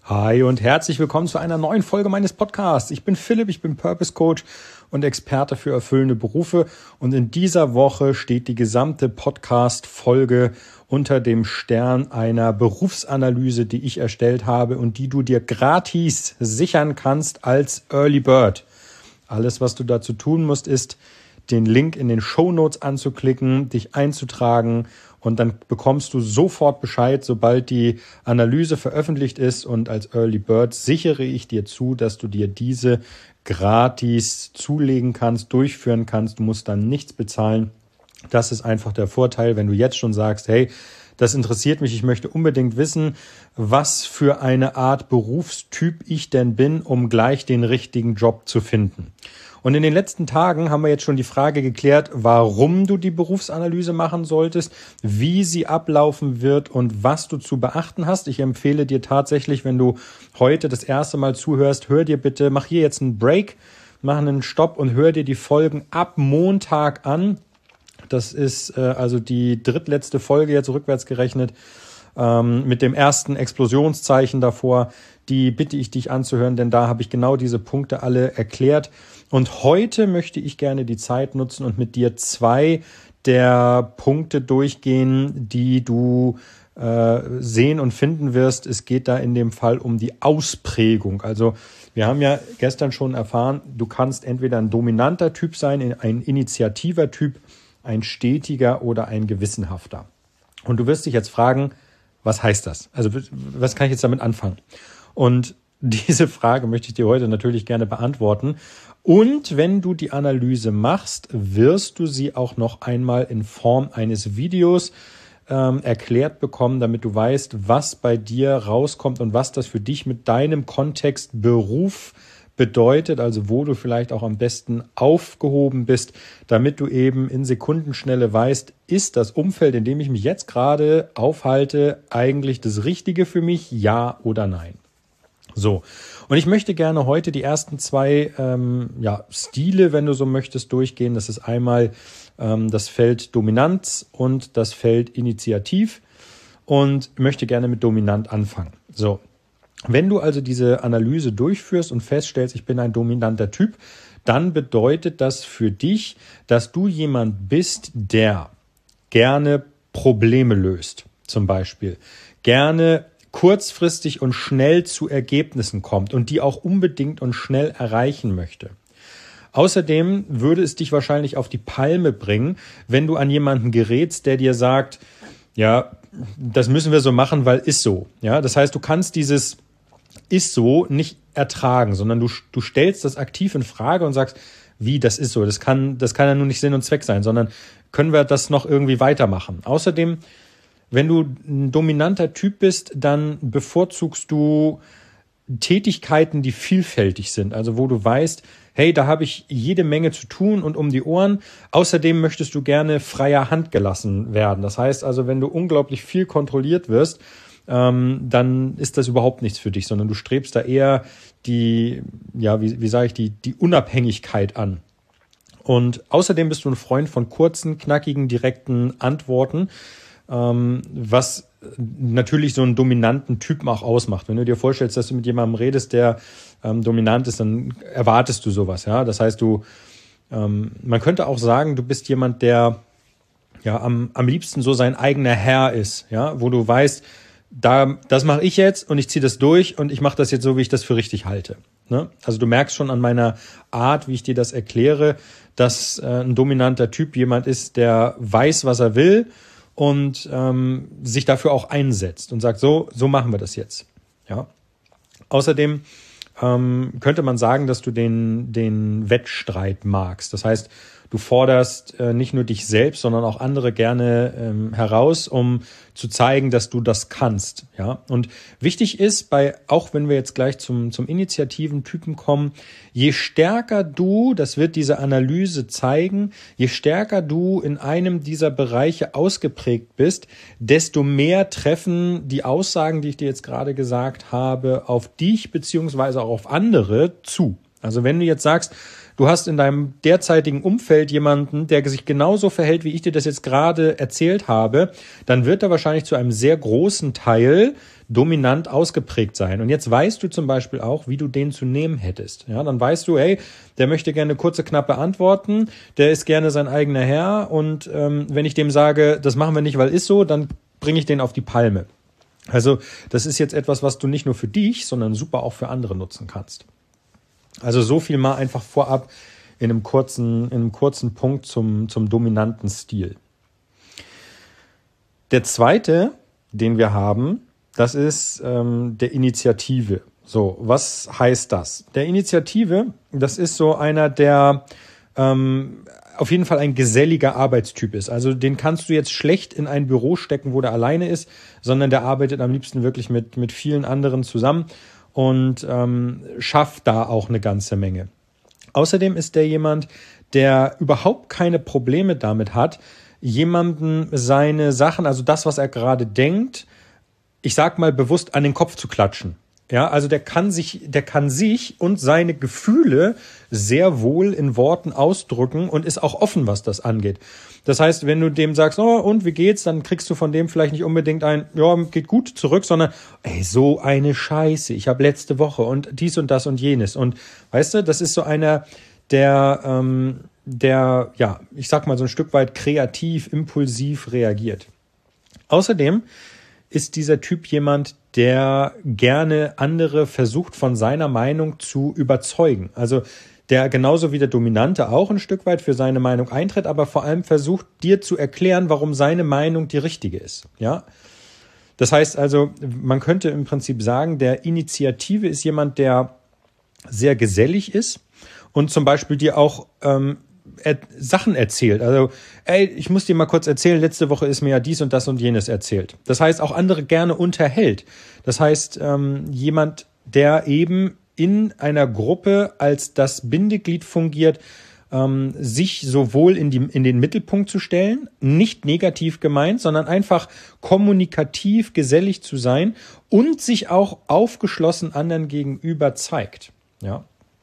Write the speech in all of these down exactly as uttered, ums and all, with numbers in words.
Hi und herzlich willkommen zu einer neuen Folge meines Podcasts. Ich bin Philipp, ich bin Purpose Coach und Experte für erfüllende Berufe. Und in dieser Woche steht die gesamte Podcast-Folge unter dem Stern einer Berufsanalyse, die ich erstellt habe und die du dir gratis sichern kannst als Early Bird. Alles, was du dazu tun musst, ist, den Link in den Shownotes anzuklicken, dich einzutragen und dann bekommst du sofort Bescheid, sobald die Analyse veröffentlicht ist, und als Early Bird sichere ich dir zu, dass du dir diese gratis zulegen kannst, durchführen kannst. Du musst dann nichts bezahlen. Das ist einfach der Vorteil, wenn du jetzt schon sagst, hey, das interessiert mich, ich möchte unbedingt wissen, was für eine Art Berufstyp ich denn bin, um gleich den richtigen Job zu finden. Und in den letzten Tagen haben wir jetzt schon die Frage geklärt, warum du die Berufsanalyse machen solltest, wie sie ablaufen wird und was du zu beachten hast. Ich empfehle dir tatsächlich, wenn du heute das erste Mal zuhörst, hör dir bitte, mach hier jetzt einen Break, mach einen Stopp und hör dir die Folgen ab Montag an. Das ist äh, also die drittletzte Folge jetzt rückwärts gerechnet, ähm, mit dem ersten Explosionszeichen davor. Die bitte ich dich anzuhören, denn da habe ich genau diese Punkte alle erklärt. Und heute möchte ich gerne die Zeit nutzen und mit dir zwei der Punkte durchgehen, die du äh, sehen und finden wirst. Es geht da in dem Fall um die Ausprägung. Also wir haben ja gestern schon erfahren, du kannst entweder ein dominanter Typ sein, ein initiativer Typ, ein stetiger oder ein gewissenhafter. Und du wirst dich jetzt fragen, was heißt das? Also was kann ich jetzt damit anfangen? Und diese Frage möchte ich dir heute natürlich gerne beantworten. Und wenn du die Analyse machst, wirst du sie auch noch einmal in Form eines Videos ähm, erklärt bekommen, damit du weißt, was bei dir rauskommt und was das für dich mit deinem Kontext Beruf bedeutet, also wo du vielleicht auch am besten aufgehoben bist, damit du eben in Sekundenschnelle weißt, ist das Umfeld, in dem ich mich jetzt gerade aufhalte, eigentlich das Richtige für mich, ja oder nein? So, und ich möchte gerne heute die ersten zwei ähm, ja, Stile, wenn du so möchtest, durchgehen. Das ist einmal ähm, das Feld Dominanz und das Feld Initiativ, und möchte gerne mit Dominant anfangen. So, wenn du also diese Analyse durchführst und feststellst, ich bin ein dominanter Typ, dann bedeutet das für dich, dass du jemand bist, der gerne Probleme löst, zum Beispiel, gerne kurzfristig und schnell zu Ergebnissen kommt und die auch unbedingt und schnell erreichen möchte. Außerdem würde es dich wahrscheinlich auf die Palme bringen, wenn du an jemanden gerätst, der dir sagt, ja, das müssen wir so machen, weil ist so. Ja, das heißt, du kannst dieses ist so nicht ertragen, sondern du, du stellst das aktiv in Frage und sagst, wie, das ist so, das kann, das kann ja nur nicht Sinn und Zweck sein, sondern können wir das noch irgendwie weitermachen. Außerdem, wenn du ein dominanter Typ bist, dann bevorzugst du Tätigkeiten, die vielfältig sind, also wo du weißt, hey, da habe ich jede Menge zu tun und um die Ohren. Außerdem möchtest du gerne freier Hand gelassen werden. Das heißt also, wenn du unglaublich viel kontrolliert wirst, ähm, dann ist das überhaupt nichts für dich, sondern du strebst da eher die, ja, wie, wie sage ich, die, die Unabhängigkeit an. Und außerdem bist du ein Freund von kurzen, knackigen, direkten Antworten, ähm, was natürlich so einen dominanten Typen auch ausmacht. Wenn du dir vorstellst, dass du mit jemandem redest, der ähm, dominant ist, dann erwartest du sowas. Ja, das heißt, du, ähm, man könnte auch sagen, du bist jemand, der ja am, am liebsten so sein eigener Herr ist. Ja, wo du weißt, da, das mache ich jetzt und ich ziehe das durch und ich mache das jetzt so, wie ich das für richtig halte. Ne? Also du merkst schon an meiner Art, wie ich dir das erkläre, dass äh, ein dominanter Typ jemand ist, der weiß, was er will und ähm, sich dafür auch einsetzt und sagt, so, so machen wir das jetzt. Ja. Außerdem ähm, könnte man sagen, dass du den, den Wettstreit magst. Das heißt, du forderst äh, nicht nur dich selbst, sondern auch andere gerne ähm, heraus, um zu zeigen, dass du das kannst. Ja? Und wichtig ist, bei, auch wenn wir jetzt gleich zum, zum initiativen Typen kommen, je stärker du, das wird diese Analyse zeigen, je stärker du in einem dieser Bereiche ausgeprägt bist, desto mehr treffen die Aussagen, die ich dir jetzt gerade gesagt habe, auf dich beziehungsweise auch auf andere zu. Also wenn du jetzt sagst, du hast in deinem derzeitigen Umfeld jemanden, der sich genauso verhält, wie ich dir das jetzt gerade erzählt habe, dann wird er wahrscheinlich zu einem sehr großen Teil dominant ausgeprägt sein. Und jetzt weißt du zum Beispiel auch, wie du den zu nehmen hättest. Ja, dann weißt du, hey, der möchte gerne kurze, knappe Antworten, der ist gerne sein eigener Herr und ähm, wenn ich dem sage, das machen wir nicht, weil ist so, dann bringe ich den auf die Palme. Also das ist jetzt etwas, was du nicht nur für dich, sondern super auch für andere nutzen kannst. Also so viel mal einfach vorab in einem kurzen, in einem kurzen Punkt zum, zum dominanten Stil. Der zweite, den wir haben, das ist ähm, der Initiative. So, was heißt das? Der Initiative, das ist so einer, der ähm, auf jeden Fall ein geselliger Arbeitstyp ist. Also den kannst du jetzt schlecht in ein Büro stecken, wo der alleine ist, sondern der arbeitet am liebsten wirklich mit, mit vielen anderen zusammen und ähm, schafft da auch eine ganze Menge. Außerdem ist der jemand, der überhaupt keine Probleme damit hat, jemanden seine Sachen, also das, was er gerade denkt, ich sag mal bewusst an den Kopf zu klatschen. Ja, also der kann sich, der kann sich und seine Gefühle sehr wohl in Worten ausdrücken und ist auch offen, was das angeht. Das heißt, wenn du dem sagst, oh, und wie geht's, dann kriegst du von dem vielleicht nicht unbedingt ein, ja, geht gut zurück, sondern, ey, so eine Scheiße, ich habe letzte Woche und dies und das und jenes. Und weißt du, das ist so einer, der, ähm, der, ja, ich sag mal so ein Stück weit kreativ, impulsiv reagiert. Außerdem ist dieser Typ jemand, der gerne andere versucht, von seiner Meinung zu überzeugen. Also der genauso wie der Dominante auch ein Stück weit für seine Meinung eintritt, aber vor allem versucht, dir zu erklären, warum seine Meinung die richtige ist. Ja? Das heißt also, man könnte im Prinzip sagen, der Initiative ist jemand, der sehr gesellig ist und zum Beispiel dir auch ähm, Er, Sachen erzählt. Also, ey, ich muss dir mal kurz erzählen, letzte Woche ist mir ja dies und das und jenes erzählt. Das heißt, auch andere gerne unterhält. Das heißt, ähm, jemand, der eben in einer Gruppe als das Bindeglied fungiert, ähm, sich sowohl in, die, in den Mittelpunkt zu stellen, nicht negativ gemeint, sondern einfach kommunikativ, gesellig zu sein und sich auch aufgeschlossen anderen gegenüber zeigt. Ja.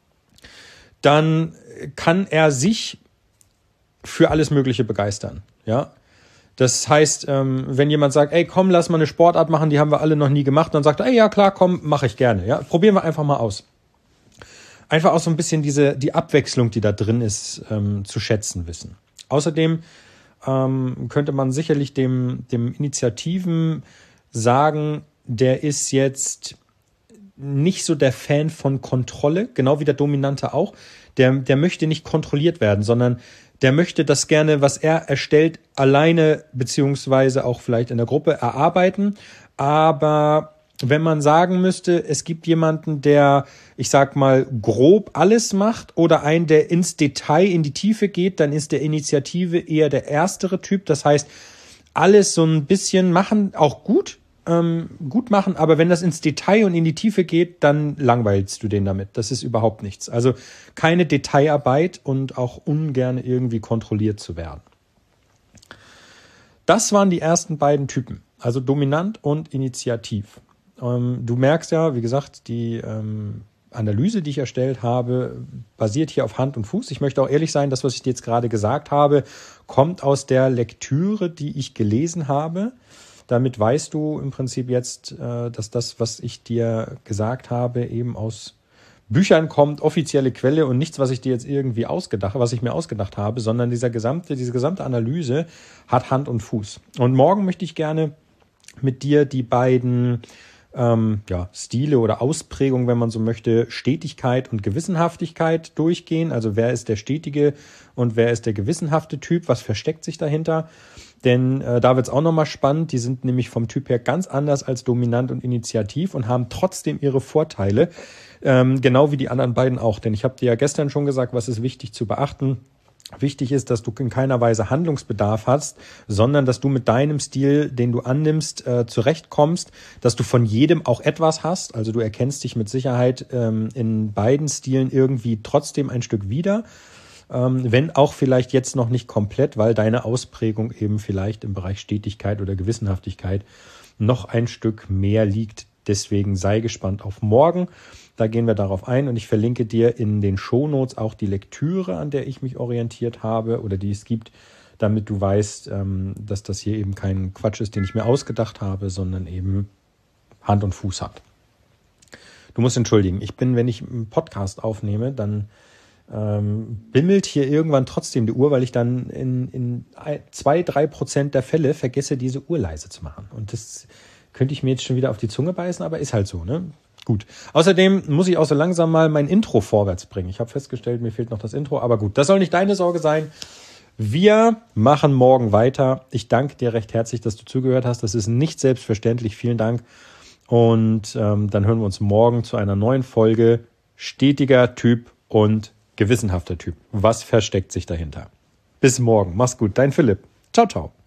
Dann kann er sich für alles Mögliche begeistern. Ja, das heißt, ähm, wenn jemand sagt, ey, komm, lass mal eine Sportart machen, die haben wir alle noch nie gemacht, dann sagt er, ey, ja klar, komm, mache ich gerne. Ja, probieren wir einfach mal aus. Einfach auch so ein bisschen diese die Abwechslung, die da drin ist, ähm, zu schätzen wissen. Außerdem ähm, könnte man sicherlich dem dem Initiativen sagen, der ist jetzt nicht so der Fan von Kontrolle, genau wie der Dominante auch. Der, der möchte nicht kontrolliert werden, sondern der möchte das gerne, was er erstellt, alleine beziehungsweise auch vielleicht in der Gruppe erarbeiten. Aber wenn man sagen müsste, es gibt jemanden, der, ich sag mal, grob alles macht oder einen, der ins Detail, in die Tiefe geht, dann ist der Initiative eher der erstere Typ. Das heißt, alles so ein bisschen machen, auch gut, ähm, gut machen, aber wenn das ins Detail und in die Tiefe geht, dann langweilst du den damit. Das ist überhaupt nichts. Also keine Detailarbeit und auch ungern irgendwie kontrolliert zu werden. Das waren die ersten beiden Typen, also dominant und initiativ. Ähm, du merkst ja, wie gesagt, die ähm, Analyse, die ich erstellt habe, basiert hier auf Hand und Fuß. Ich möchte auch ehrlich sein, das, was ich dir jetzt gerade gesagt habe, kommt aus der Lektüre, die ich gelesen habe. Damit weißt du im Prinzip jetzt, dass das, was ich dir gesagt habe, eben aus Büchern kommt, offizielle Quelle und nichts, was ich dir jetzt irgendwie ausgedacht, was ich mir ausgedacht habe, sondern dieser gesamte, diese gesamte Analyse hat Hand und Fuß. Und morgen möchte ich gerne mit dir die beiden ähm, ja, Stile oder Ausprägungen, wenn man so möchte, Stetigkeit und Gewissenhaftigkeit durchgehen. Also wer ist der stetige und wer ist der gewissenhafte Typ? Was versteckt sich dahinter? Denn äh, da wird es auch nochmal spannend. Die sind nämlich vom Typ her ganz anders als dominant und initiativ und haben trotzdem ihre Vorteile, ähm, genau wie die anderen beiden auch. Denn ich habe dir ja gestern schon gesagt, was ist wichtig zu beachten. Wichtig ist, dass du in keiner Weise Handlungsbedarf hast, sondern dass du mit deinem Stil, den du annimmst, äh, zurechtkommst, dass du von jedem auch etwas hast. Also du erkennst dich mit Sicherheit ähm, in beiden Stilen irgendwie trotzdem ein Stück wieder. Ähm, wenn auch vielleicht jetzt noch nicht komplett, weil deine Ausprägung eben vielleicht im Bereich Stetigkeit oder Gewissenhaftigkeit noch ein Stück mehr liegt. Deswegen sei gespannt auf morgen. Da gehen wir darauf ein und ich verlinke dir in den Shownotes auch die Lektüre, an der ich mich orientiert habe oder die es gibt, damit du weißt, ähm, dass das hier eben kein Quatsch ist, den ich mir ausgedacht habe, sondern eben Hand und Fuß hat. Du musst entschuldigen, ich bin, wenn ich einen Podcast aufnehme, dann ähm, bimmelt hier irgendwann trotzdem die Uhr, weil ich dann in, in zwei, drei Prozent der Fälle vergesse, diese Uhr leise zu machen. Und das könnte ich mir jetzt schon wieder auf die Zunge beißen, aber ist halt so, ne? Gut. Außerdem muss ich auch so langsam mal mein Intro vorwärts bringen. Ich habe festgestellt, mir fehlt noch das Intro, aber gut, das soll nicht deine Sorge sein. Wir machen morgen weiter. Ich danke dir recht herzlich, dass du zugehört hast. Das ist nicht selbstverständlich. Vielen Dank. Und ähm, dann hören wir uns morgen zu einer neuen Folge. Stetiger Typ und gewissenhafter Typ. Was versteckt sich dahinter? Bis morgen. Mach's gut. Dein Philipp. Ciao, ciao.